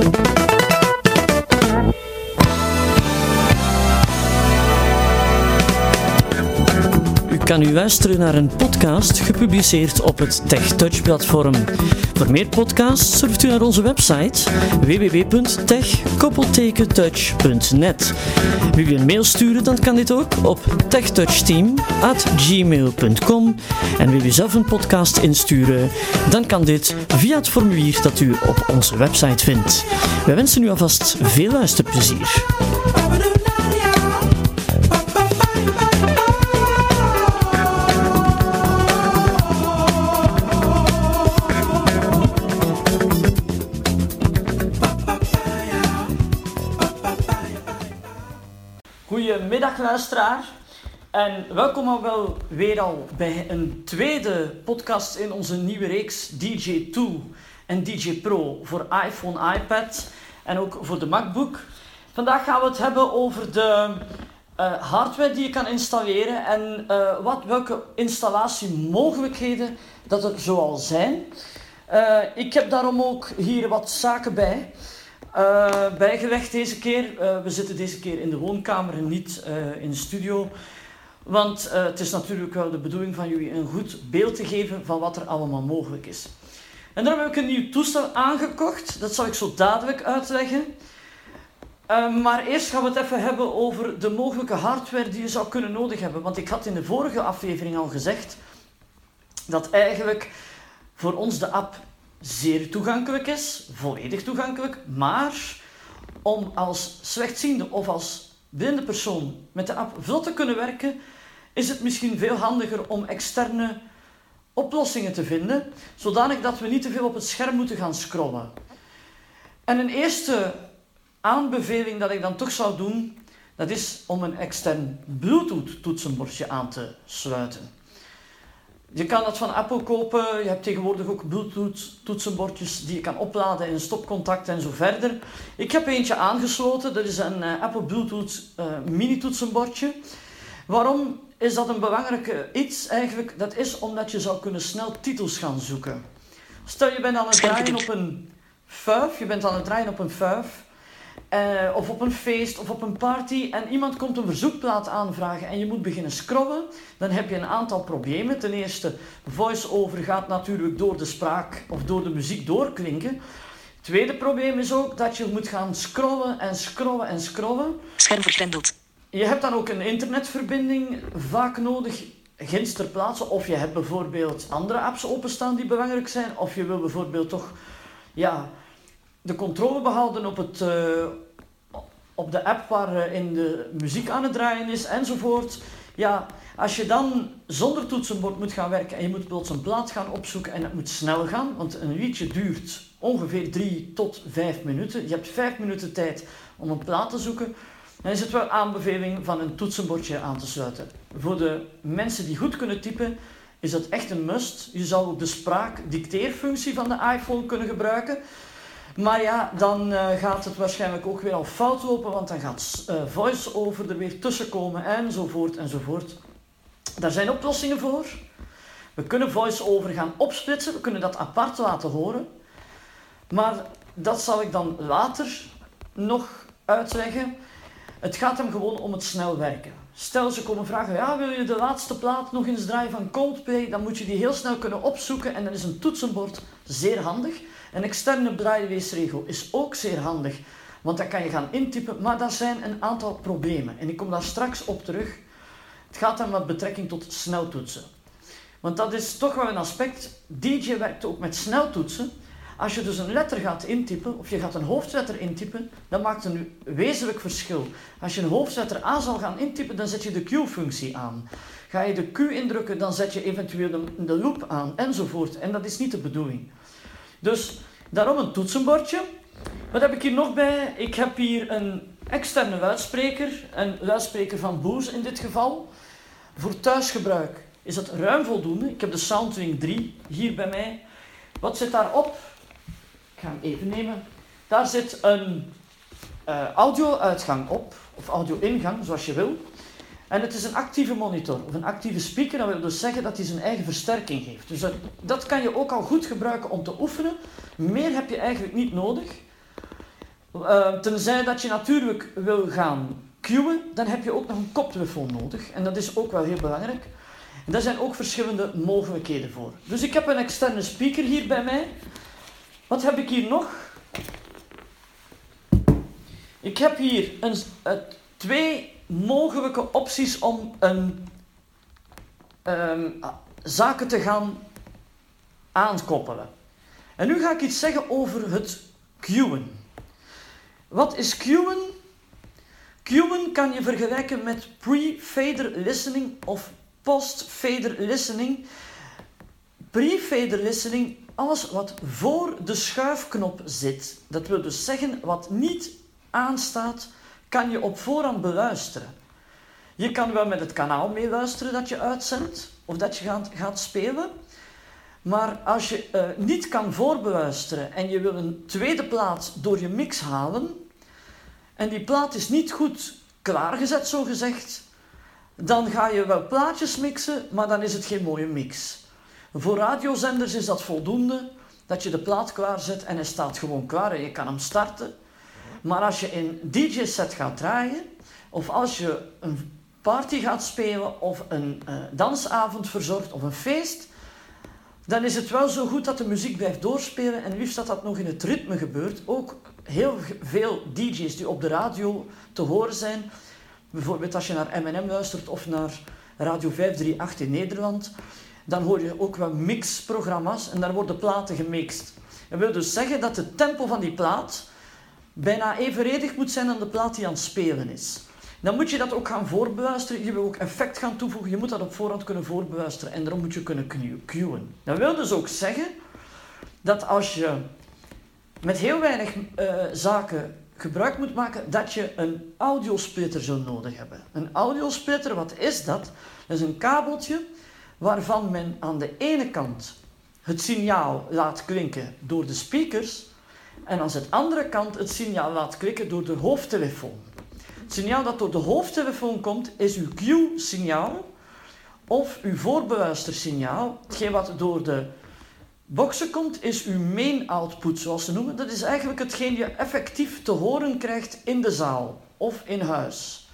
Kan u luisteren naar een podcast gepubliceerd op het TechTouch-platform. Voor meer podcasts surft u naar onze website www.tech-touch.net. Wil u een mail sturen, dan kan dit ook op techtouchteam@gmail.com. En wil u zelf een podcast insturen, dan kan dit via het formulier dat u op onze website vindt. Wij wensen u alvast veel luisterplezier. Goedemiddag luisteraar en welkom weer al bij een tweede podcast in onze nieuwe reeks DJ2 en DJ Pro voor iPhone, iPad en ook voor de MacBook. Vandaag gaan we het hebben over de hardware die je kan installeren en welke installatiemogelijkheden dat er zoal zijn. Ik heb daarom ook hier wat zaken bijgelegd deze keer. We zitten deze keer in de woonkamer en niet in de studio. Want het is natuurlijk wel de bedoeling van jullie een goed beeld te geven van wat er allemaal mogelijk is. En daarom heb ik een nieuw toestel aangekocht. Dat zal ik zo dadelijk uitleggen. Maar eerst gaan we het even hebben over de mogelijke hardware die je zou kunnen nodig hebben. Want ik had in de vorige aflevering al gezegd dat eigenlijk voor ons de app zeer toegankelijk is, volledig toegankelijk, maar om als slechtziende of als blinde persoon met de app vlot te kunnen werken, is het misschien veel handiger om externe oplossingen te vinden, zodanig dat we niet te veel op het scherm moeten gaan scrollen. En een eerste aanbeveling dat ik dan toch zou doen, dat is om een extern Bluetooth toetsenbordje aan te sluiten. Je kan dat van Apple kopen, je hebt tegenwoordig ook Bluetooth toetsenbordjes die je kan opladen in een stopcontact en zo verder. Ik heb eentje aangesloten, dat is een Apple Bluetooth mini toetsenbordje. Waarom is dat een belangrijk iets eigenlijk? Dat is omdat je zou kunnen snel titels gaan zoeken. Stel je bent aan het draaien op een vuif, of op een feest of op een party en iemand komt een verzoekplaat aanvragen en je moet beginnen scrollen, dan heb je een aantal problemen. Ten eerste, voice-over gaat natuurlijk door de spraak of door de muziek doorklinken. Het tweede probleem is ook dat je moet gaan scrollen. Scherm vergrendeld. Je hebt dan ook een internetverbinding vaak nodig, ginds ter plaatse, of je hebt bijvoorbeeld andere apps openstaan die belangrijk zijn, of je wil bijvoorbeeld toch de controle behouden op de app waarin de muziek aan het draaien is enzovoort. Ja, als je dan zonder toetsenbord moet gaan werken en je moet plots een plaat gaan opzoeken en het moet snel gaan, want een liedje duurt ongeveer 3 tot 5 minuten. Je hebt 5 minuten tijd om een plaat te zoeken. Dan is het wel aanbeveling van een toetsenbordje aan te sluiten. Voor de mensen die goed kunnen typen is dat echt een must. Je zou ook de spraakdicteerfunctie van de iPhone kunnen gebruiken. Maar ja, dan gaat het waarschijnlijk ook weer al fout lopen, want dan gaat voice-over er weer tussenkomen enzovoort. Daar zijn oplossingen voor. We kunnen voice-over gaan opsplitsen, we kunnen dat apart laten horen. Maar dat zal ik dan later nog uitleggen. Het gaat hem gewoon om het snel werken. Stel ze komen vragen, wil je de laatste plaat nog eens draaien van Coldplay? Dan moet je die heel snel kunnen opzoeken en dan is een toetsenbord zeer handig. Een externe brailleweesregel is ook zeer handig, want dan kan je gaan intypen, maar daar zijn een aantal problemen. En ik kom daar straks op terug. Het gaat dan met betrekking tot sneltoetsen. Want dat is toch wel een aspect. DJ werkt ook met sneltoetsen. Als je dus een letter gaat intypen, of je gaat een hoofdletter intypen, dan maakt het een wezenlijk verschil. Als je een hoofdletter A zal gaan intypen, dan zet je de Q-functie aan. Ga je de Q indrukken, dan zet je eventueel de loop aan, enzovoort. En dat is niet de bedoeling. Dus daarom een toetsenbordje. Wat heb ik hier nog bij? Ik heb hier een externe luidspreker. Een luidspreker van Bose in dit geval. Voor thuisgebruik is dat ruim voldoende. Ik heb de Soundwing 3 hier bij mij. Wat zit daarop? Ik ga hem even nemen. Daar zit een audio-uitgang op. Of audio-ingang, zoals je wil. En het is een actieve monitor of een actieve speaker. Dat wil dus zeggen dat hij zijn eigen versterking heeft. Dus dat kan je ook al goed gebruiken om te oefenen. Meer heb je eigenlijk niet nodig. Tenzij dat je natuurlijk wil gaan queuen, dan heb je ook nog een koptelefoon nodig. En dat is ook wel heel belangrijk. En daar zijn ook verschillende mogelijkheden voor. Dus ik heb een externe speaker hier bij mij. Wat heb ik hier nog? Ik heb hier twee mogelijke opties om zaken te gaan aankoppelen. En nu ga ik iets zeggen over het queuen. Wat is queuen? Queuen kan je vergelijken met pre-fader listening of post-fader listening. Pre-fader listening, alles wat voor de schuifknop zit. Dat wil dus zeggen, wat niet aanstaat, kan je op voorhand beluisteren. Je kan wel met het kanaal meeluisteren dat je uitzendt, of dat je gaat spelen. Maar als je niet kan voorbeluisteren en je wil een tweede plaat door je mix halen, en die plaat is niet goed klaargezet, zo gezegd, dan ga je wel plaatjes mixen, maar dan is het geen mooie mix. Voor radiozenders is dat voldoende, dat je de plaat klaarzet en hij staat gewoon klaar en je kan hem starten. Maar als je een DJ-set gaat draaien, of als je een party gaat spelen, of een dansavond verzorgt, of een feest, dan is het wel zo goed dat de muziek blijft doorspelen en liefst dat dat nog in het ritme gebeurt. Ook heel veel DJ's die op de radio te horen zijn, bijvoorbeeld als je naar M&M luistert of naar Radio 538 in Nederland, dan hoor je ook wel mixprogramma's en daar worden platen gemixt. Dat wil dus zeggen dat het tempo van die plaat bijna evenredig moet zijn aan de plaat die aan het spelen is. Dan moet je dat ook gaan voorbeluisteren. Je wil ook effect gaan toevoegen. Je moet dat op voorhand kunnen voorbeluisteren. En daarom moet je kunnen queuen. Dat wil dus ook zeggen dat als je met heel weinig zaken gebruik moet maken, dat je een audiosplitter zult nodig hebben. Een audiosplitter, wat is dat? Dat is een kabeltje waarvan men aan de ene kant het signaal laat klinken door de speakers en aan de andere kant het signaal laat klinken door de hoofdtelefoon. Het signaal dat door de hoofdtelefoon komt is uw cue-signaal of uw voorbeluistersignaal. Hetgeen wat door de boxen komt is uw main output, zoals ze noemen. Dat is eigenlijk hetgeen je effectief te horen krijgt in de zaal of in huis.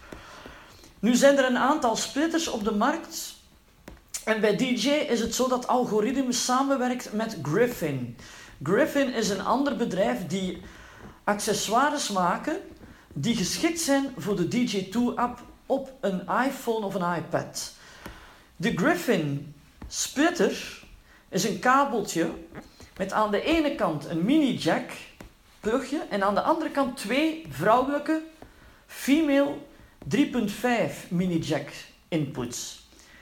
Nu zijn er een aantal splitters op de markt. En bij DJ is het zo dat Algorithm samenwerkt met Griffin. Griffin is een ander bedrijf die accessoires maken die geschikt zijn voor de DJ2-app op een iPhone of een iPad. De Griffin splitter is een kabeltje met aan de ene kant een mini-jack plugje en aan de andere kant twee vrouwelijke female 3.5 mini-jack inputs.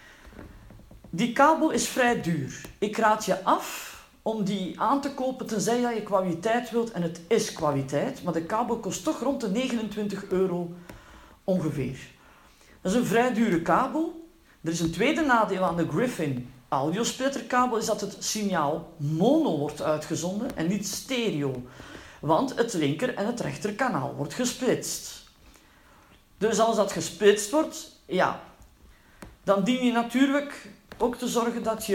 Die kabel is vrij duur. Ik raad je af om die aan te kopen tenzij je kwaliteit wilt en het is kwaliteit, maar de kabel kost toch rond de €29 ongeveer. Dat is een vrij dure kabel. Er is een tweede nadeel aan de Griffin audiosplitterkabel, is dat het signaal mono wordt uitgezonden en niet stereo, want het linker en het rechter kanaal wordt gesplitst. Dus als dat gesplitst wordt, ja, dan dien je natuurlijk ook te zorgen dat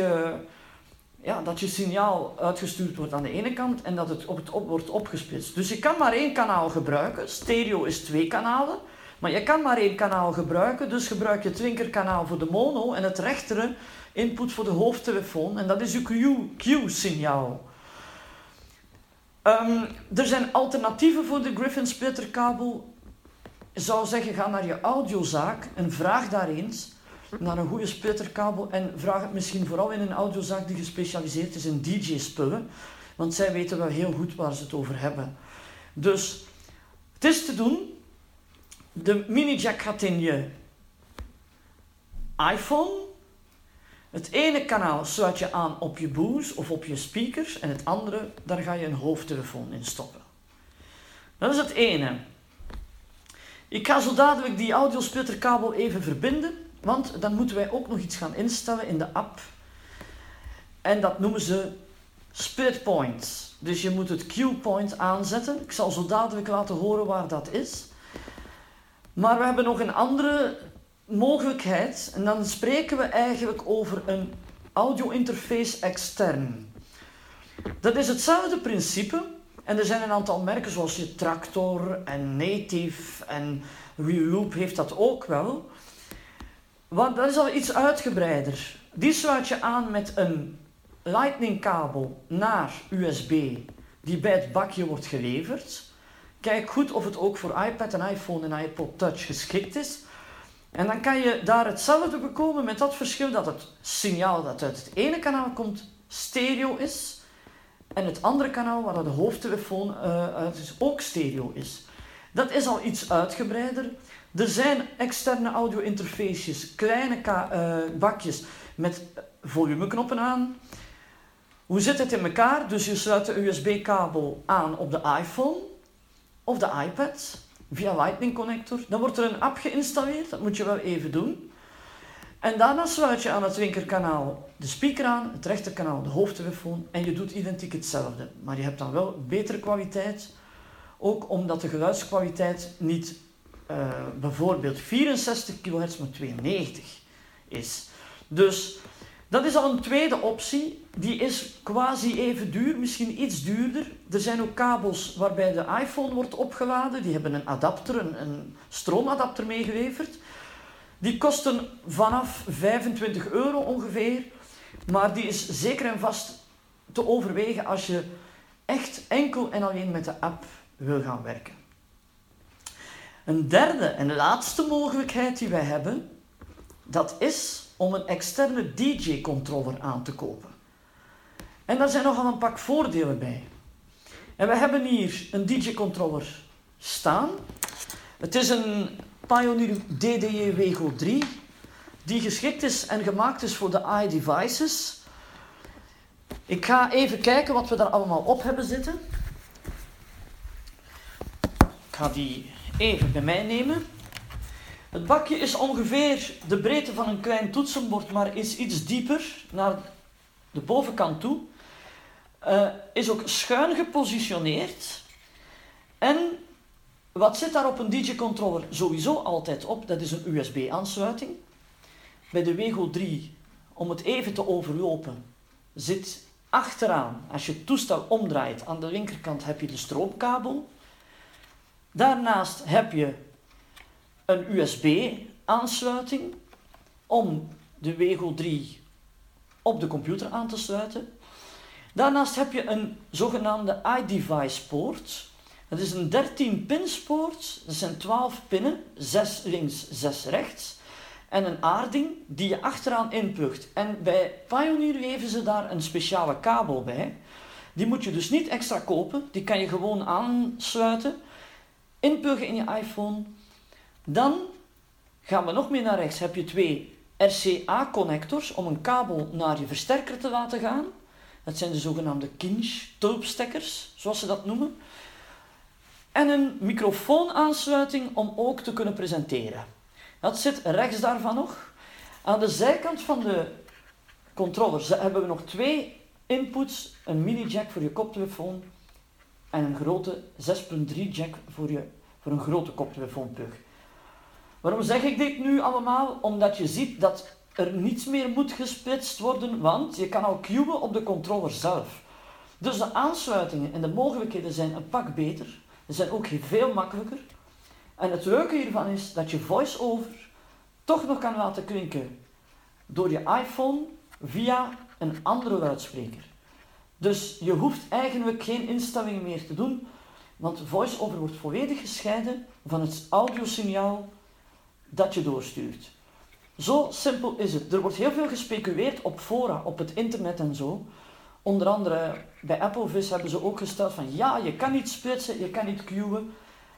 je signaal uitgestuurd wordt aan de ene kant en dat het wordt opgesplitst. Dus je kan maar één kanaal gebruiken. Stereo is 2 kanalen, maar je kan maar één kanaal gebruiken. Dus gebruik je het linkerkanaal voor de mono en het rechtere input voor de hoofdtelefoon. En dat is je Q-signaal. Er zijn alternatieven voor de Griffin splitterkabel. Ik zou zeggen, ga naar je audiozaak en vraag daar eens naar een goede splitterkabel en vraag het misschien vooral in een audiozaak die gespecialiseerd is in DJ-spullen, want zij weten wel heel goed waar ze het over hebben. Dus het is te doen. De mini-jack gaat in je iPhone. Het ene kanaal sluit je aan op je Bose of op je speakers en het andere, daar ga je een hoofdtelefoon in stoppen. Dat is het ene. Ik ga zo dadelijk die audiosplitterkabel even verbinden. Want dan moeten wij ook nog iets gaan instellen in de app. En dat noemen ze split points. Dus je moet het Q-point aanzetten. Ik zal zo dadelijk laten horen waar dat is. Maar we hebben nog een andere mogelijkheid. En dan spreken we eigenlijk over een audio interface extern. Dat is hetzelfde principe. En er zijn een aantal merken zoals je Tractor en Native en Reloop heeft dat ook wel. Want dat is al iets uitgebreider. Die sluit je aan met een lightning kabel naar USB die bij het bakje wordt geleverd. Kijk goed of het ook voor iPad en iPhone en iPod Touch geschikt is. En dan kan je daar hetzelfde bekomen met dat verschil dat het signaal dat uit het ene kanaal komt stereo is. En het andere kanaal waar de hoofdtelefoon uit is ook stereo is. Dat is al iets uitgebreider. Er zijn externe audio interfaces, kleine bakjes met volumeknoppen aan. Hoe zit het in elkaar? Dus je sluit de USB-kabel aan op de iPhone of de iPad via Lightning connector. Dan wordt er een app geïnstalleerd, dat moet je wel even doen. En daarna sluit je aan het linkerkanaal de speaker aan, het rechterkanaal de hoofdtelefoon en je doet identiek hetzelfde. Maar je hebt dan wel betere kwaliteit, ook omdat de geluidskwaliteit niet bijvoorbeeld 64 kHz maar 92 is. Dus dat is al een tweede optie. Die is quasi even duur, misschien iets duurder. Er zijn ook kabels waarbij de iPhone wordt opgeladen. Die hebben een adapter, een stroomadapter meegeleverd. Die kosten vanaf €25 ongeveer. Maar die is zeker en vast te overwegen als je echt enkel en alleen met de app wil gaan werken. Een derde en laatste mogelijkheid die wij hebben, dat is om een externe DJ-controller aan te kopen. En daar zijn nogal een pak voordelen bij. En we hebben hier een DJ-controller staan. Het is een Pioneer DDJ Wego 3, die geschikt is en gemaakt is voor de iDevices. Ik ga even kijken wat we daar allemaal op hebben zitten. Ik ga die even bij mij nemen. Het bakje is ongeveer de breedte van een klein toetsenbord, maar is iets dieper naar de bovenkant toe. Is ook schuin gepositioneerd. En wat zit daar op een DJ-controller sowieso altijd op? Dat is een USB-aansluiting. Bij de Wego 3, om het even te overlopen, zit achteraan, als je het toestel omdraait, aan de linkerkant heb je de stroomkabel. Daarnaast heb je een USB-aansluiting om de Wego 3 op de computer aan te sluiten. Daarnaast heb je een zogenaamde iDevice-poort. Dat is een 13-pins-poort. Dat zijn 12 pinnen, 6 links, 6 rechts. En een aarding die je achteraan inplugt. En bij Pioneer geven ze daar een speciale kabel bij. Die moet je dus niet extra kopen. Die kan je gewoon aansluiten. Inpluggen in je iPhone. Dan gaan we nog meer naar rechts. Heb je 2 RCA-connectors om een kabel naar je versterker te laten gaan. Dat zijn de zogenaamde Kinch-tulpstekkers, zoals ze dat noemen. En een microfoonaansluiting om ook te kunnen presenteren. Dat zit rechts daarvan nog. Aan de zijkant van de controllers hebben we nog 2 inputs. Een mini-jack voor je koptelefoon en een grote 6.3 jack voor een grote koptelefoonplug. Waarom zeg ik dit nu allemaal? Omdat je ziet dat er niets meer moet gesplitst worden, want je kan al cueën op de controller zelf. Dus de aansluitingen en de mogelijkheden zijn een pak beter. Ze zijn ook veel makkelijker. En het leuke hiervan is dat je voice-over toch nog kan laten klinken door je iPhone via een andere luidspreker. Dus je hoeft eigenlijk geen instellingen meer te doen, want voice-over wordt volledig gescheiden van het audiosignaal dat je doorstuurt. Zo simpel is het. Er wordt heel veel gespeculeerd op fora, op het internet en zo. Onder andere bij Applevis hebben ze ook gesteld van ja, je kan niet splitsen, je kan niet cueën.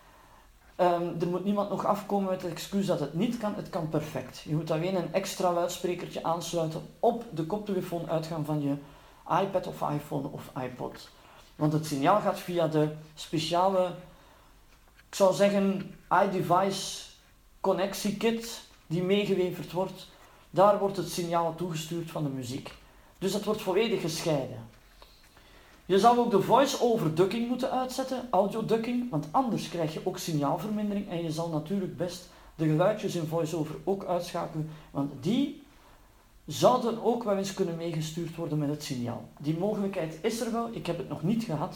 Er moet niemand nog afkomen met het excuus dat het niet kan. Het kan perfect. Je moet alleen een extra luidsprekertje aansluiten op de koptelefoonuitgang van je iPad of iPhone of iPod. Want het signaal gaat via de speciale, ik zou zeggen, iDevice connectiekit die meegeleverd wordt. Daar wordt het signaal toegestuurd van de muziek. Dus dat wordt volledig gescheiden. Je zou ook de voice-over ducking moeten uitzetten, audio ducking, want anders krijg je ook signaalvermindering en je zal natuurlijk best de geluidjes in voice-over ook uitschakelen, want die zouden ook wel eens kunnen meegestuurd worden met het signaal. Die mogelijkheid is er wel, ik heb het nog niet gehad,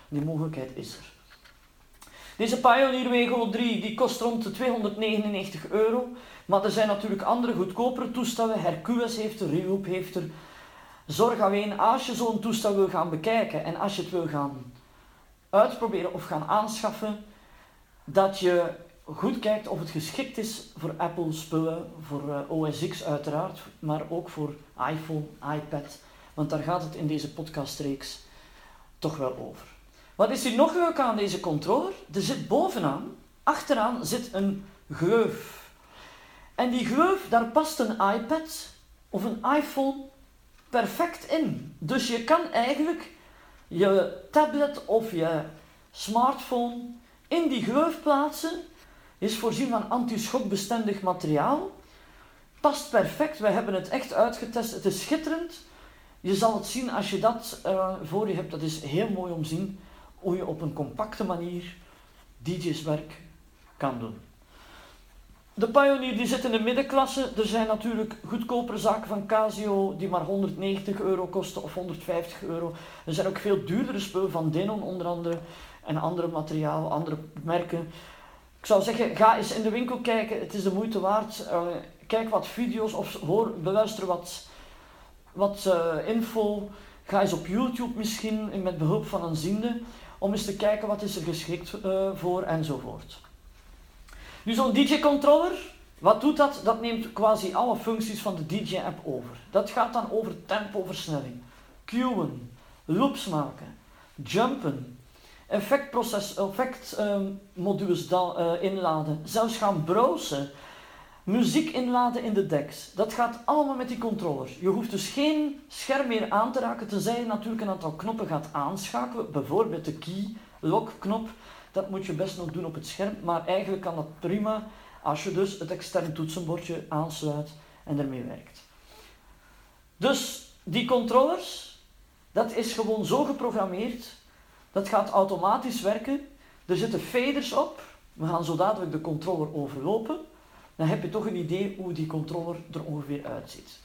Die mogelijkheid is er. Deze Pioneer Wego 3 die kost rond de €299. Maar er zijn natuurlijk andere goedkopere toestellen. Hercules heeft er, Reloop heeft er. Zorg alleen als je zo'n toestel wil gaan bekijken en als je het wil gaan uitproberen of gaan aanschaffen, dat je goed kijkt of het geschikt is voor Apple spullen, voor OS X uiteraard, maar ook voor iPhone, iPad, want daar gaat het in deze podcastreeks toch wel over. Wat is hier nog leuk aan deze controller? Er zit achteraan zit een gleuf. En die gleuf, daar past een iPad of een iPhone perfect in. Dus je kan eigenlijk je tablet of je smartphone in die gleuf plaatsen. Is voorzien van anti-schokbestendig materiaal. Past perfect, we hebben het echt uitgetest. Het is schitterend. Je zal het zien als je dat voor je hebt. Dat is heel mooi om te zien hoe je op een compacte manier DJ'swerk kan doen. De Pioneer die zit in de middenklasse. Er zijn natuurlijk goedkopere zaken van Casio die maar €190 kosten of €150. Er zijn ook veel duurdere spullen van Denon onder andere en andere materiaal, andere merken. Ik zou zeggen, ga eens in de winkel kijken, het is de moeite waard. Kijk wat video's of beluister wat info. Ga eens op YouTube misschien met behulp van een ziende om eens te kijken wat is er geschikt voor enzovoort. Nu zo'n DJ-controller, wat doet dat? Dat neemt quasi alle functies van de DJ-app over. Dat gaat dan over tempoversnelling, cueën, loops maken, jumpen, effectmodules inladen, zelfs gaan browsen, muziek inladen in de decks. Dat gaat allemaal met die controller. Je hoeft dus geen scherm meer aan te raken, tenzij je natuurlijk een aantal knoppen gaat aanschakelen, bijvoorbeeld de key-lock knop. Dat moet je best nog doen op het scherm, maar eigenlijk kan dat prima als je dus het extern toetsenbordje aansluit en ermee werkt. Dus die controllers, dat is gewoon zo geprogrammeerd, dat gaat automatisch werken. Er zitten faders op, we gaan zo dadelijk de controller overlopen, dan heb je toch een idee hoe die controller er ongeveer uitziet.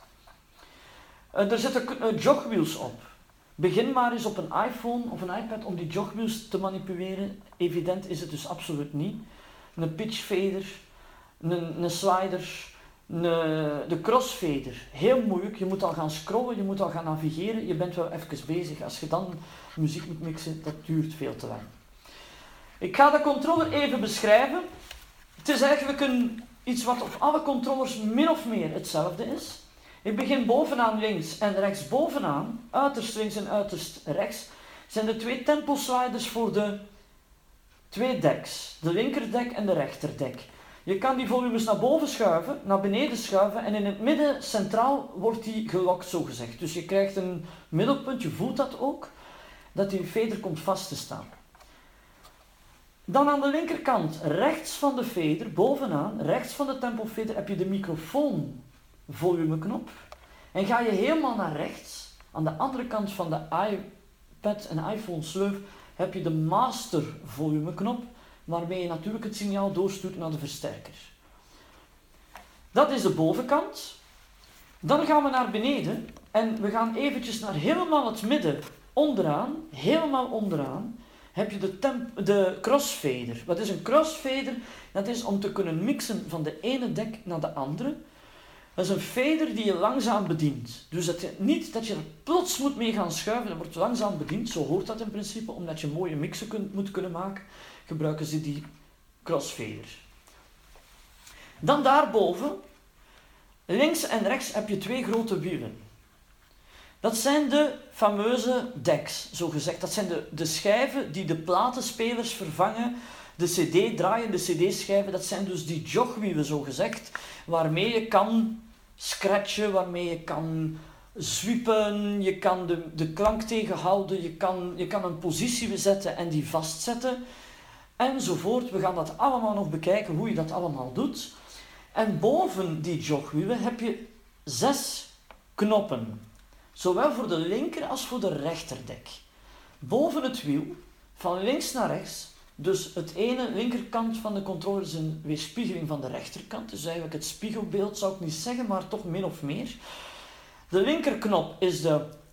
Er zitten jogwheels op. Begin maar eens op een iPhone of een iPad om die jogwheels te manipuleren. Evident is het dus absoluut niet. Een pitch fader, een slider, de crossfader. Heel moeilijk, je moet al gaan scrollen, je moet al gaan navigeren. Je bent wel even bezig. Als je dan muziek moet mixen, dat duurt veel te lang. Ik ga de controller even beschrijven. Het is eigenlijk iets wat op alle controllers min of meer hetzelfde is. Ik begin bovenaan links en rechts bovenaan, uiterst links en uiterst rechts, zijn de 2 tempo sliders voor de 2 decks. De linkerdek en de rechterdek. Je kan die volumes naar boven schuiven, naar beneden schuiven en in het midden centraal wordt die gelokt zogezegd. Dus je krijgt een middelpunt, je voelt dat ook, dat die fader komt vast te staan. Dan aan de linkerkant, rechts van de fader, bovenaan, rechts van de tempo fader heb je de microfoon volumeknop. En ga je helemaal naar rechts, aan de andere kant van de iPad en iPhone sleuf, heb je de master volumeknop, waarmee je natuurlijk het signaal doorstuurt naar de versterker. Dat is de bovenkant. Dan gaan we naar beneden en we gaan eventjes naar helemaal het midden, helemaal onderaan, heb je de crossfader. Wat is een crossfader? Dat is om te kunnen mixen van de ene deck naar de andere. Dat is een fader die je langzaam bedient. Dus niet dat je er plots moet mee gaan schuiven, dat wordt langzaam bediend, zo hoort dat in principe, omdat je mooie mixen moet kunnen maken, gebruiken ze die crossfader. Dan daarboven, links en rechts heb je 2 grote wielen. Dat zijn de fameuze decks, zo gezegd. Dat zijn de schijven die de platenspelers vervangen, de cd-draaiende cd-schijven, dat zijn dus die jogwielen, zo gezegd, waarmee je kan scratchen, waarmee je kan sweepen, je kan de klank tegenhouden, je kan een positie zetten en die vastzetten, enzovoort. We gaan dat allemaal nog bekijken, hoe je dat allemaal doet. En boven die jogwielen heb je 6 knoppen, zowel voor de linker als voor de rechterdek. Boven het wiel, van links naar rechts, dus het ene linkerkant van de controller is een weerspiegeling van de rechterkant. Dus eigenlijk het spiegelbeeld zou ik niet zeggen, maar toch min of meer. De linkerknop is de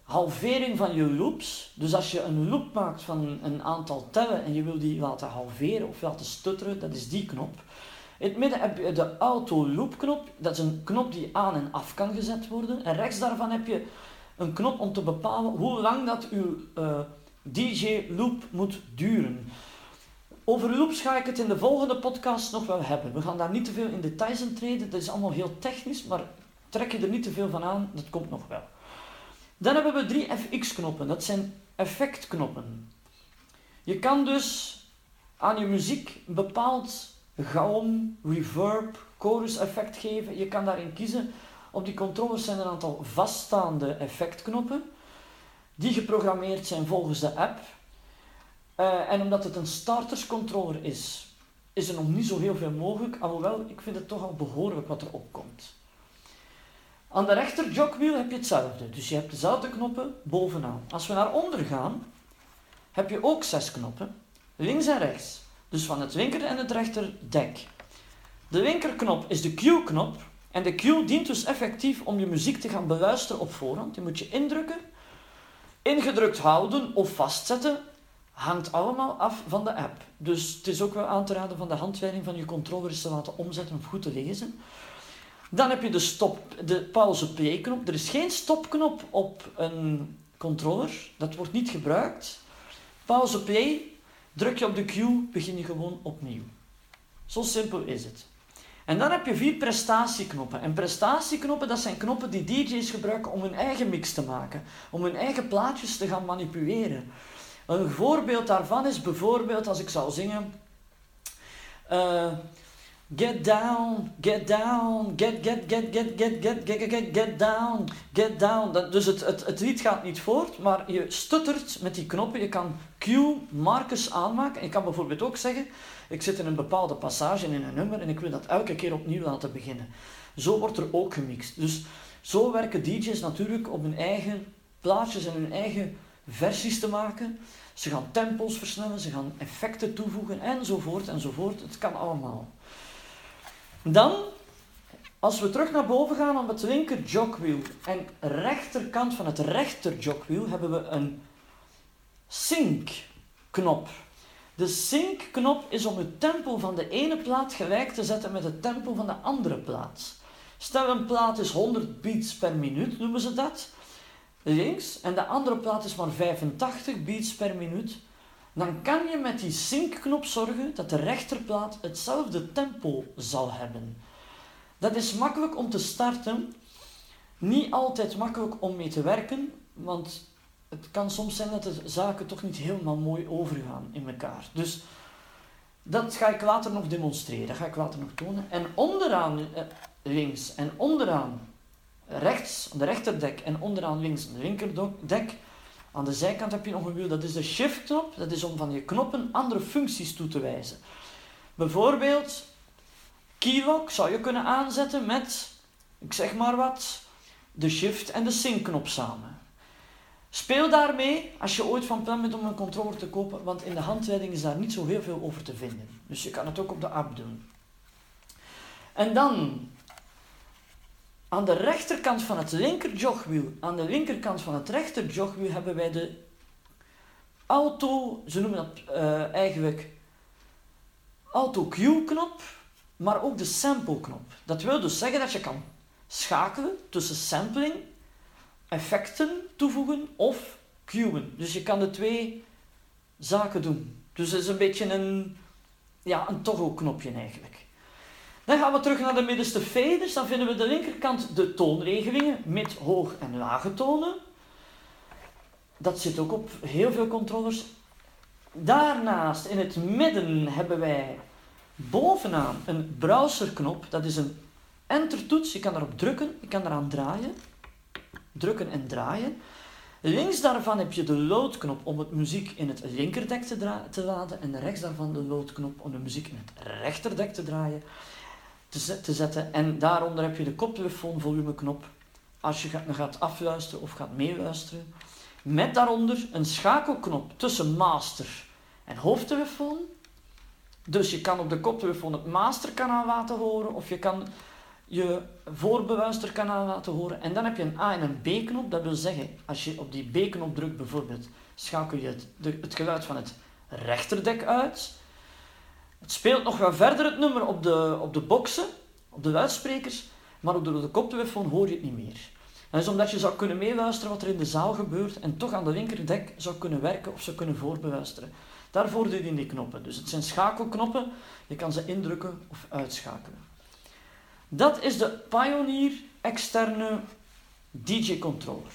halvering van je loops. Dus als je een loop maakt van een aantal tellen en je wil die laten halveren of laten stutteren, dat is die knop. In het midden heb je de auto loop knop. Dat is een knop die aan en af kan gezet worden. En rechts daarvan heb je een knop om te bepalen hoe lang dat uw DJ loop moet duren. Over loops ga ik het in de volgende podcast nog wel hebben. We gaan daar niet te veel in details in treden. Dat is allemaal heel technisch, maar trek je er niet te veel van aan, dat komt nog wel. Dan hebben we 3 FX-knoppen. Dat zijn effectknoppen. Je kan dus aan je muziek een bepaald galm, reverb, chorus effect geven. Je kan daarin kiezen. Op die controllers zijn een aantal vaststaande effectknoppen die geprogrammeerd zijn volgens de app. En omdat het een starterscontroller is er nog niet zo heel veel mogelijk. Alhoewel, ik vind het toch al behoorlijk wat er opkomt. Aan de rechter jogwheel heb je hetzelfde. Dus je hebt dezelfde knoppen bovenaan. Als we naar onder gaan, heb je ook 6 knoppen. Links en rechts. Dus van het linker en het rechter dek. De linkerknop is de Q-knop. En de Q dient dus effectief om je muziek te gaan beluisteren op voorhand. Die moet je indrukken, ingedrukt houden of vastzetten. Hangt allemaal af van de app. Dus het is ook wel aan te raden van de handleiding van je controller eens te laten omzetten of goed te lezen. Dan heb je de pauze-play-knop. Er is geen stopknop op een controller. Dat wordt niet gebruikt. Pauze-play, druk je op de Q, begin je gewoon opnieuw. Zo simpel is het. En dan heb je 4 prestatieknoppen. En prestatieknoppen, dat zijn knoppen die DJ's gebruiken om hun eigen mix te maken. Om hun eigen plaatjes te gaan manipuleren. Een voorbeeld daarvan is bijvoorbeeld als ik zou zingen... Get down, get down, get down, get down. Dus het lied gaat niet voort, maar je stuttert met die knoppen. Je kan cue-markers aanmaken. En je kan bijvoorbeeld ook zeggen, ik zit in een bepaalde passage in een nummer en ik wil dat elke keer opnieuw laten beginnen. Zo wordt er ook gemixt. Dus zo werken DJ's natuurlijk om hun eigen plaatjes en hun eigen versies te maken. Ze gaan tempo's versnellen, ze gaan effecten toevoegen enzovoort enzovoort. Het kan allemaal. Dan, als we terug naar boven gaan op het linker jogwheel en rechterkant van het rechter jogwheel hebben we een sync-knop. De sync-knop is om het tempo van de ene plaat gelijk te zetten met het tempo van de andere plaat. Stel een plaat is 100 beats per minuut, noemen ze dat, links, en de andere plaat is maar 85 beats per minuut. Dan kan je met die sync-knop zorgen dat de rechterplaat hetzelfde tempo zal hebben. Dat is makkelijk om te starten, niet altijd makkelijk om mee te werken, want het kan soms zijn dat de zaken toch niet helemaal mooi overgaan in elkaar. Dus dat ga ik later nog demonstreren, dat ga ik later nog tonen. En onderaan links en onderaan rechts, aan de rechterdek en onderaan links aan de linkerdek, aan de zijkant heb je nog een wiel, dat is de shift-knop. Dat is om van je knoppen andere functies toe te wijzen. Bijvoorbeeld, keylock zou je kunnen aanzetten met, ik zeg maar wat, de shift en de sync-knop samen. Speel daarmee als je ooit van plan bent om een controller te kopen, want in de handleiding is daar niet zo heel veel over te vinden. Dus je kan het ook op de app doen. En dan... aan de rechterkant van het linker jogwheel, aan de linkerkant van het rechter jogwheel hebben wij de auto, ze noemen dat eigenlijk auto cue knop, maar ook de sample knop. Dat wil dus zeggen dat je kan schakelen tussen sampling, effecten toevoegen of cueën. Dus je kan de 2 zaken doen. Dus het is een beetje een toggle knopje eigenlijk. Dan gaan we terug naar de middenste faders. Dan vinden we de linkerkant de toonregelingen, mid, hoog en lage tonen. Dat zit ook op heel veel controllers. Daarnaast in het midden hebben wij bovenaan een browserknop. Dat is een entertoets. Je kan daarop drukken, je kan eraan draaien. Drukken en draaien. Links daarvan heb je de loadknop om het muziek in het linkerdek te laden. En rechts daarvan de loadknop om de muziek in het rechterdek te draaien. Te zetten. En daaronder heb je de koptelefoon volumeknop als je gaat afluisteren of gaat meeluisteren. Met daaronder een schakelknop tussen master en hoofdtelefoon. Dus je kan op de koptelefoon het masterkanaal laten horen of je kan je voorbeluisterkanaal laten horen. En dan heb je een A- en een B-knop. Dat wil zeggen, als je op die B-knop drukt bijvoorbeeld, schakel je het geluid van het rechterdek uit. Het speelt nog wel verder het nummer op de boxen, op de luidsprekers, maar ook door de koptelefoon hoor je het niet meer. En dat is omdat je zou kunnen meeluisteren wat er in de zaal gebeurt en toch aan de linkerdek zou kunnen werken of zou kunnen voorbeluisteren. Daarvoor doe je die knoppen. Dus het zijn schakelknoppen, je kan ze indrukken of uitschakelen. Dat is de Pioneer externe DJ-controller.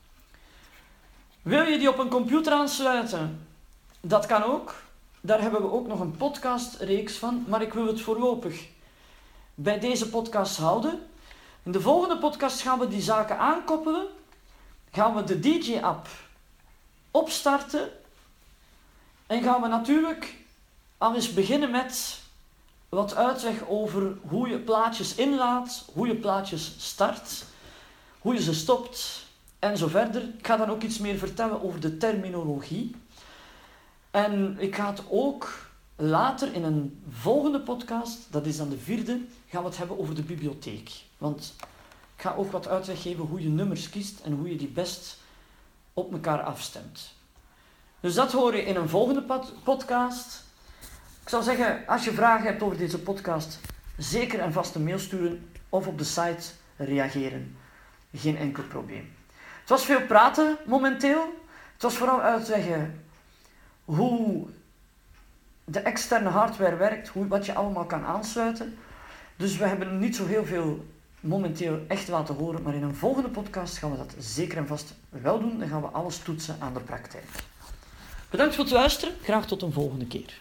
Wil je die op een computer aansluiten? Dat kan ook. Daar hebben we ook nog een podcastreeks van, maar ik wil het voorlopig bij deze podcast houden. In de volgende podcast gaan we die zaken aankoppelen. Gaan we de DJ-app opstarten. En gaan we natuurlijk al eens beginnen met wat uitleg over hoe je plaatjes inlaat, hoe je plaatjes start, hoe je ze stopt en zo verder. Ik ga dan ook iets meer vertellen over de terminologie. En ik ga het ook later in een volgende podcast, dat is dan de 4e, gaan we het hebben over de bibliotheek. Want ik ga ook wat uitleg geven hoe je nummers kiest en hoe je die best op elkaar afstemt. Dus dat hoor je in een volgende podcast. Ik zou zeggen, als je vragen hebt over deze podcast, zeker en vast een mail sturen of op de site reageren. Geen enkel probleem. Het was veel praten momenteel. Het was vooral uitleggen hoe de externe hardware werkt, wat je allemaal kan aansluiten. Dus we hebben niet zo heel veel momenteel echt laten horen, maar in een volgende podcast gaan we dat zeker en vast wel doen. Dan gaan we alles toetsen aan de praktijk. Bedankt voor het luisteren. Graag tot een volgende keer.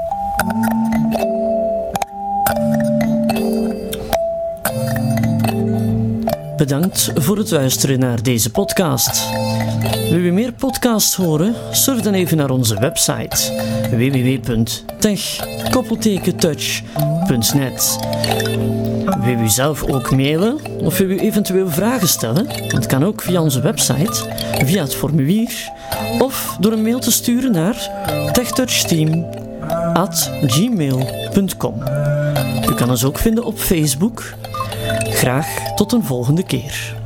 Bedankt voor het luisteren naar deze podcast. Wil je meer podcasts horen? Surf dan even naar onze website www.tech-touch.net. Wil u zelf ook mailen of wil u eventueel vragen stellen? Dat kan ook via onze website, via het formulier of door een mail te sturen naar techtouchteam@gmail.com. U kan ons ook vinden op Facebook. Graag tot een volgende keer.